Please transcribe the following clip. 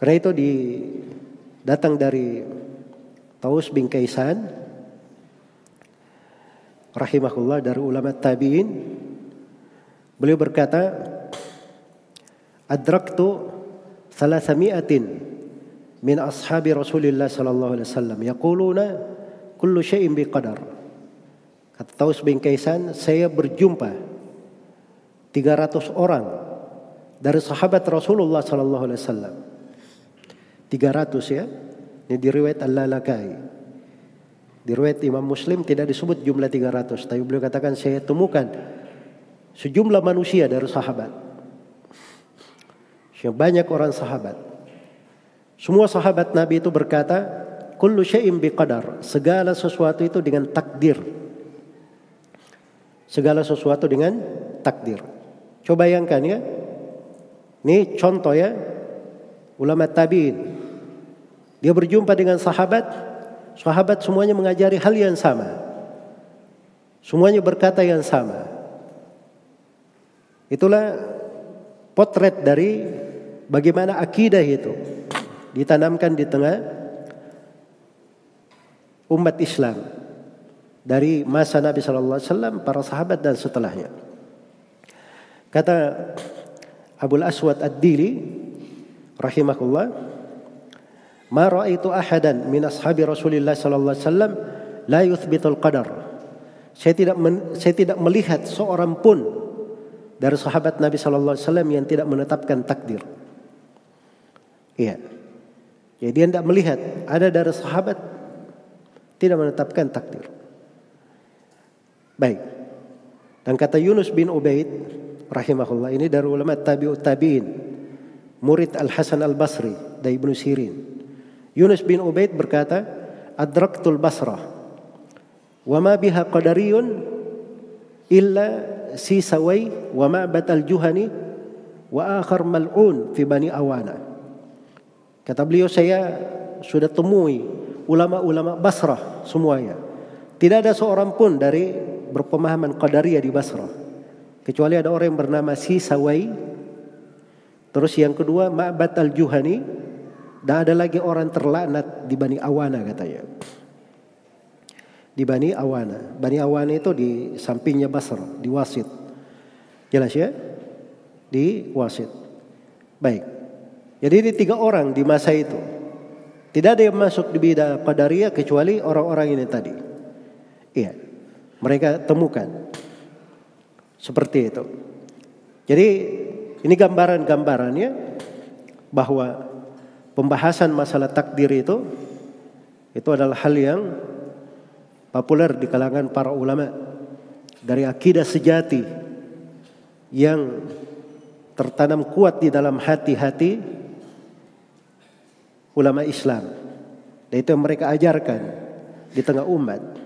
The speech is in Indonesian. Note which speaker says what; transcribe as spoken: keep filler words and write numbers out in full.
Speaker 1: Karena itu di datang dari Taus bin Kaisan rahimahullah, dari ulama tabi'in. Beliau berkata, adraktu thalathami'atin min ashabi Rasulillah sallallahu alaihi wasallam yaquluna kullu syai'in biqadar. Kata Taus bin Kaisan, saya berjumpa tiga ratus orang dari sahabat Rasulullah sallallahu alaihi wasallam. tiga ratus ya. Ini di riwayat Al-Lalakai. Di riwayat Imam Muslim tidak disebut jumlah tiga ratus, tapi beliau katakan saya temukan sejumlah manusia dari sahabat. Banyak orang sahabat. Semua sahabat Nabi itu berkata, kullu syai'in biqadar, segala sesuatu itu dengan takdir. Segala sesuatu dengan takdir. Coba bayangkan ya. Ini contoh ya, ulama tabi'in. Dia berjumpa dengan sahabat, sahabat semuanya mengajari hal yang sama. Semuanya berkata yang sama. Itulah potret dari bagaimana akidah itu ditanamkan di tengah umat Islam dari masa Nabi sallallahu alaihi wasallam, para sahabat dan setelahnya. Kata Abul Aswad Ad-Dili rahimahullah, ma ra'aitu ahadan min ashabi Rasulillah sallallahu alaihi wasallam la yuthbitul qadar. Saya tidak men, saya tidak melihat seorang pun dari sahabat Nabi sallallahu alaihi wasallam yang tidak menetapkan takdir. Iya. Jadi dia tidak melihat ada dari sahabat tidak menetapkan takdir. Baik. Dan kata Yunus bin Ubaid rahimahullah, ini dari ulama tabi'ut tabi'in, murid Al-Hasan Al-Basri dari Ibnu Sirin. Yunus bin Ubaid berkata, adraktul Basrah wa ma biha qadariyun illa Sisawai wa Ma'bad al-Juhani wa akhar mal'un fi Bani Awana. Kata beliau, saya sudah temui ulama-ulama Basrah semuanya. Tidak ada seorang pun dari berpemahaman Qadariyah di Basrah, kecuali ada orang yang bernama Sisawai, terus yang kedua Ma'bad al-Juhani, dan ada lagi orang terlaknat di Bani Awana katanya. Di Bani Awana. Bani Awana itu di sampingnya Basrah, di Wasit. Jelas ya? Di Wasit. Baik. Jadi ini tiga orang di masa itu. Tidak ada yang masuk di bidang Qadariyah kecuali orang-orang ini tadi. Iya. Mereka temukan. Seperti itu. Jadi ini gambaran-gambarannya bahwa pembahasan masalah takdir itu itu adalah hal yang populer di kalangan para ulama dari akidah sejati yang tertanam kuat di dalam hati-hati ulama Islam. Dan itu yang mereka ajarkan di tengah umat.